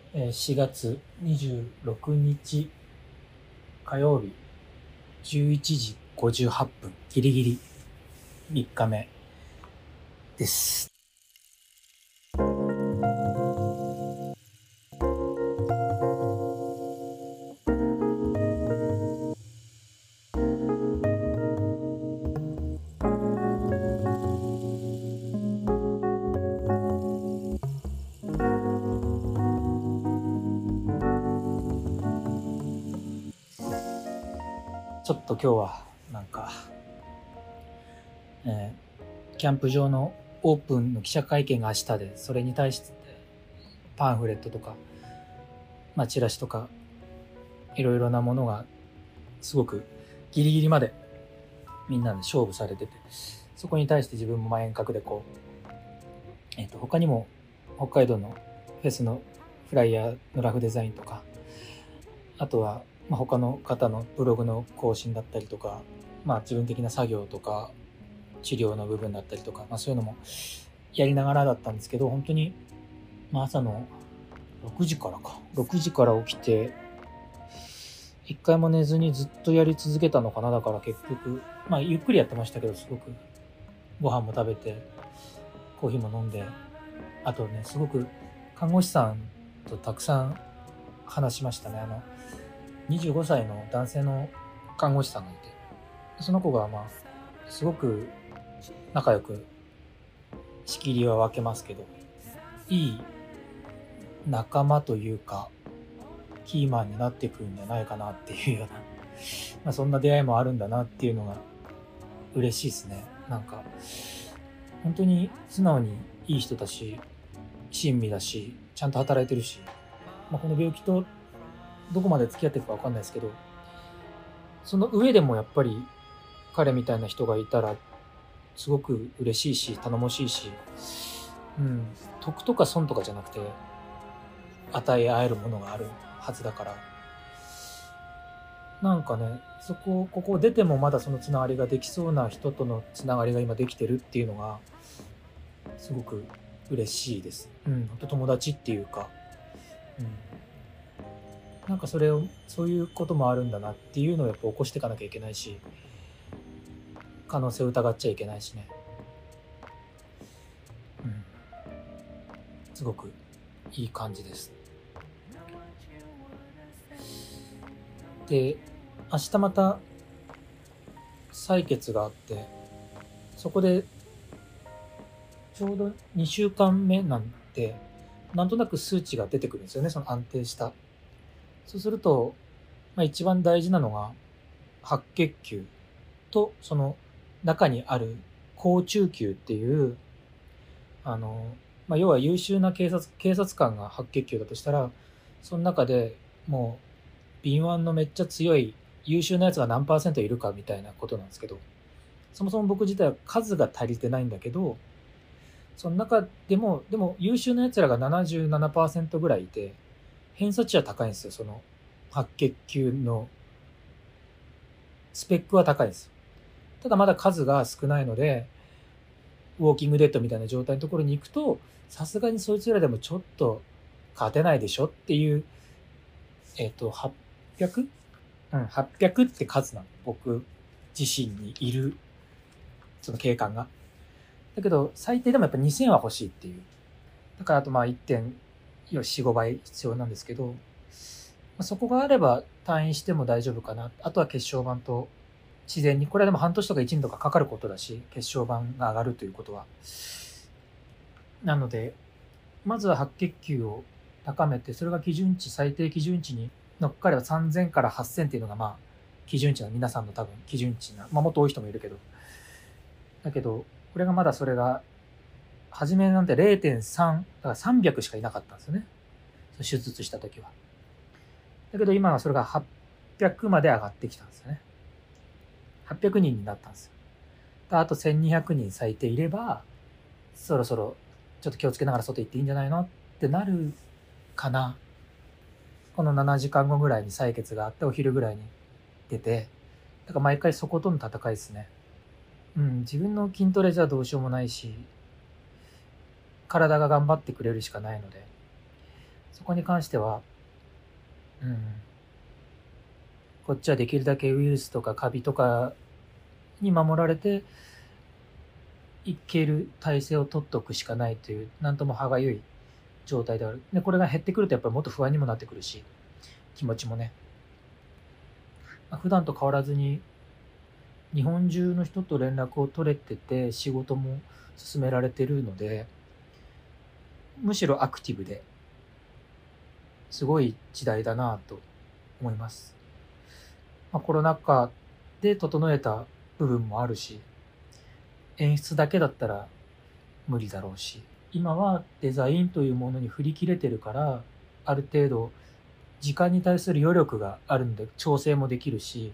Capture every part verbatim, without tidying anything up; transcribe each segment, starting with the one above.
えーしがつにじゅうろくにち火曜日じゅういちじごじゅうはっぷん、ギリギリみっかめです。ちょっと今日はなんか、えーキャンプ場のオープンの記者会見が明日で、それに対してパンフレットとか、まあ、チラシとかいろいろなものがすごくギリギリまでみんなで勝負されてて、そこに対して自分もまあ遠隔でこう、えっと他にも北海道のフェスのフライヤーのラフデザインとか、あとはまあ他の方のブログの更新だったりとか、まあ自分的な作業とか治療の部分だったりとか、まあそういうのもやりながらだったんですけど、本当にまあ朝のろくじからかろくじから起きて一回も寝ずにずっとやり続けたのかな。だから結局まあゆっくりやってましたけど、すごくご飯も食べてコーヒーも飲んで、あとねすごく看護師さんとたくさん話しましたね。あのにじゅうごさいの男性の看護師さんがいて、その子がまあすごく仲良く仕切りは分けますけど、いい仲間というかキーマンになっていくんじゃないかなっていうような、まあ、そんな出会いもあるんだなっていうのが嬉しいですね。なんか本当に素直にいい人だし、親身だし、ちゃんと働いてるし、まあ、この病気とどこまで付き合っていくか分かんないですけど、その上でもやっぱり彼みたいな人がいたらすごく嬉しいし頼もしいし、うん、得とか損とかじゃなくて与え合えるものがあるはずだから、なんかね、そこここを出てもまだそのつながりができそうな人とのつながりが今できてるっていうのがすごく嬉しいです。うん、本当友達っていうか、うん、なんかそれをそういうこともあるんだなっていうのをやっぱ起こしていかなきゃいけないし、可能性を疑っちゃいけないしね。うん、すごくいい感じです。で、明日また採血があって、そこでちょうどにしゅうかんめなんで、なんとなく数値が出てくるんですよね、その安定した。そうすると、まあ、一番大事なのが白血球とその中にある好中球っていう、あの、まあ、要は優秀な警察、警察官が白血球だとしたら、その中でもう敏腕のめっちゃ強い優秀なやつが何パーセントいるかみたいなことなんですけど、そもそも僕自体は数が足りてないんだけど、その中でも、でも優秀なやつらがななじゅうななパーセントぐらいいて、偏差値は高いんですよ。その白血球のスペックは高いんですよ。ただまだ数が少ないので、ウォーキングデッドみたいな状態のところに行くと、さすがにそいつらでもちょっと勝てないでしょっていう、えっと、はっぴゃく? うん、はっぴゃくって数なの。僕自身にいる、その警官が。だけど、最低でもやっぱにせんは欲しいっていう。だからあとまあいってんよん、ごばい必要なんですけど、そこがあれば退院しても大丈夫かな。あとは血小板と自然に、これはでも半年とかいちねんとかかかることだし、血小板が上がるということは。なので、まずは白血球を高めて、それが基準値、最低基準値に乗っかればさんぜんからはっせんっていうのがまあ基準値な、皆さんの多分基準値な、まあもっと多い人もいるけど。だけど、これがまだそれが、初めなんて れいてんさん、だからさんびゃくしかいなかったんですよね。手術した時は。だけど今はそれがはっぴゃくまで上がってきたんですよね。はっぴゃくにんになったんですよ。あとせんにひゃくにん最低いれば、そろそろちょっと気をつけながら外行っていいんじゃないのってなるかな。このななじかんごぐらいに採血があって、お昼ぐらいに出て、だから毎回そことの戦いですね。うん、自分の筋トレじゃどうしようもないし、体が頑張ってくれるしかないので、 そこに関しては、うん、こっちはできるだけウイルスとかカビとかに守られていける体制を取っておくしかないという、なんとも歯がゆい状態である。で、これが減ってくるとやっぱりもっと不安にもなってくるし、気持ちもね。普段と変わらずに日本中の人と連絡を取れてて仕事も進められてるので、むしろアクティブですごい時代だなと思います。まあ、コロナ禍で整えた部分もあるし、演出だけだったら無理だろうし、今はデザインというものに振り切れてるから、ある程度時間に対する余力があるんで調整もできるし、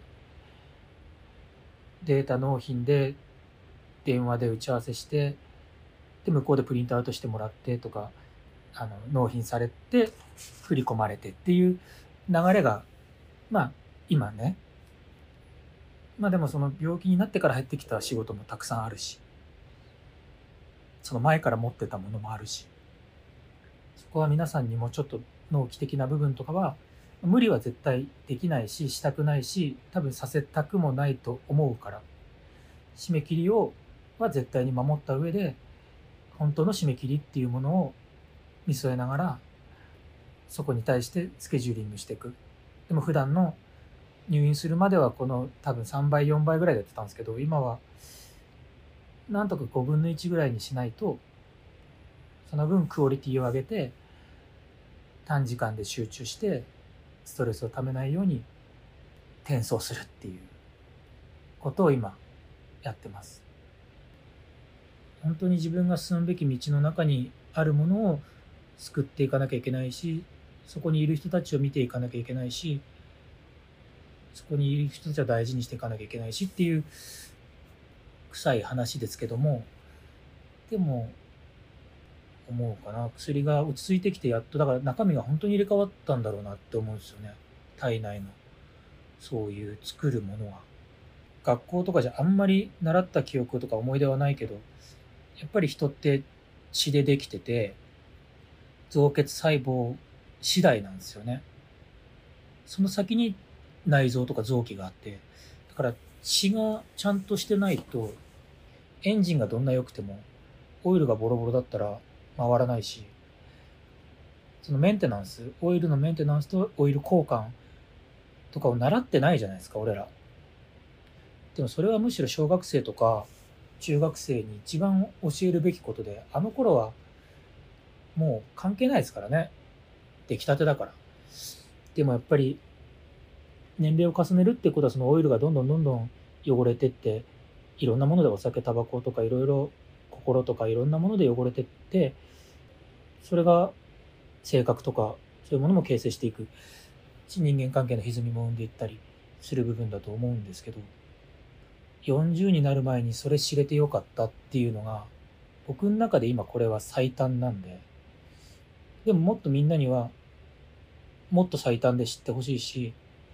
データ納品で電話で打ち合わせして、で向こうでプリントアウトしてもらってとか、あの納品されて振り込まれてっていう流れが、まあ今ね、まあでもその病気になってから入ってきた仕事もたくさんあるし、その前から持ってたものもあるし、そこは皆さんにもちょっと納期的な部分とかは無理は絶対できないし、したくないし、多分させたくもないと思うから、締め切りをは絶対に守った上で、本当の締め切りっていうものを見据えながら、そこに対してスケジューリングしていく。でも普段の入院するまではこの多分さんばいよんばいぐらいでやってたんですけど、今はなんとかごぶんのいちぐらいにしないと、その分クオリティを上げて短時間で集中してストレスをためないように転送するっていうことを今やってます。本当に自分が進むべき道の中にあるものを救っていかなきゃいけないし、そこにいる人たちを見ていかなきゃいけないし、そこにいる人たちは大事にしていかなきゃいけないしっていう臭い話ですけども、でも思うかな、薬が落ち着いてきてやっとだから中身が本当に入れ替わったんだろうなって思うんですよね。体内のそういう作るものは学校とかじゃあんまり習った記憶とか思い出はないけど、やっぱり人って血でできてて造血細胞次第なんですよね。その先に内臓とか臓器があって、だから血がちゃんとしてないとエンジンがどんな良くてもオイルがボロボロだったら回らないし、そのメンテナンス、オイルのメンテナンスとオイル交換とかを習ってないじゃないですか、俺ら。でもそれはむしろ小学生とか中学生に一番教えるべきことで、あの頃はもう関係ないですからね。出来たてだから。でもやっぱり年齢を重ねるってことは、そのオイルがどんどんどんどん汚れてって、いろんなものでお酒、タバコとかいろいろ心とかいろんなもので汚れてって、それが性格とかそういうものも形成していくし、人間関係の歪みも生んでいったりする部分だと思うんですけど、よんじゅうになる前にそれ知れてよかったっていうのが僕の中で今これは最短なんで、でももっとみんなにはもっと最短で知ってほしいし、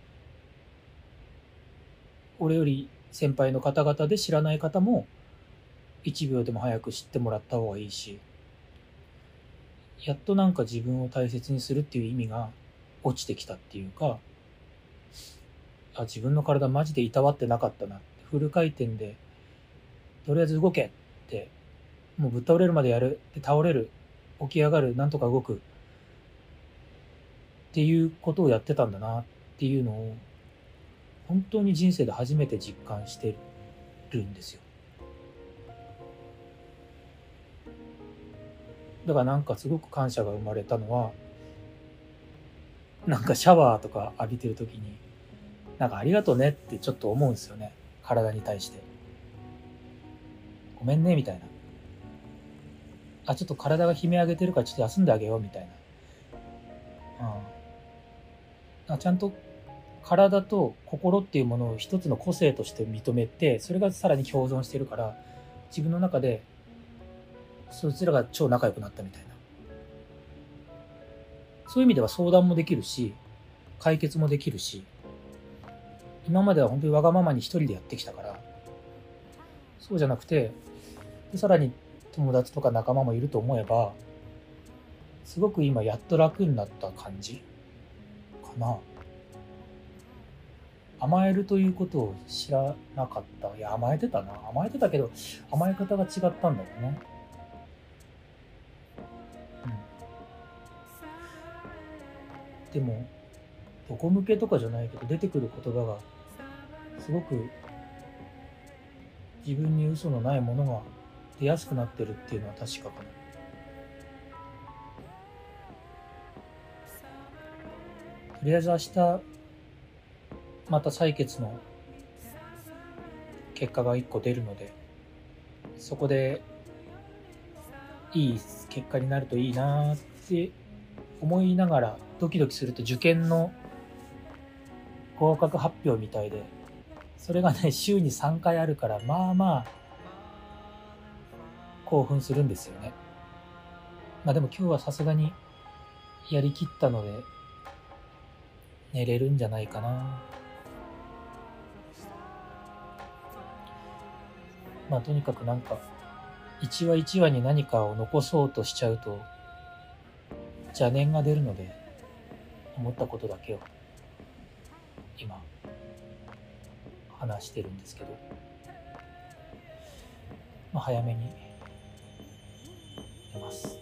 俺より先輩の方々で知らない方もいちびょうでも早く知ってもらった方がいいし、やっとなんか自分を大切にするっていう意味が落ちてきたっていうか、あ、自分の体マジでいたわってなかったなって、フル回転でとりあえず動けって、もうぶっ倒れるまでやる、で倒れる、起き上がる、なんとか動くっていうことをやってたんだなっていうのを本当に人生で初めて実感してるんですよ。だからなんかすごく感謝が生まれたのは、なんかシャワーとか浴びてる時になんかありがとうねってちょっと思うんですよね。体に対して。ごめんねみたいな。あ、ちょっと体が悲鳴上げてるからちょっと休んであげようみたいな。うん。ちゃんと体と心っていうものを一つの個性として認めて、それがさらに共存してるから、自分の中でそちらが超仲良くなったみたいな。そういう意味では相談もできるし、解決もできるし、今までは本当にわがままに一人でやってきたから、そうじゃなくて、でさらに友達とか仲間もいると思えば、 すごく今やっと楽になった感じかな。甘えるということを知らなかった。いや、甘えてたな。甘えてたけど、甘え方が違ったんだよね。うん。でも、横向けとかじゃないけど、出てくる言葉が、すごく自分に嘘のないものが出やすくなってるっていうのは確かかな。とりあえず明日、また採血の結果がいっこ出るので、そこでいい結果になるといいなって思いながら、ドキドキすると受験の合格発表みたいで、それがね、週にさんかいあるから、まあまあ興奮するんですよね。まあでも今日はさすがにやりきったので寝れるんじゃないかな。まあとにかくなんか一話一話に何かを残そうとしちゃうと邪念が出るので、思ったことだけを今話してるんですけど、まあ早めに寝ます。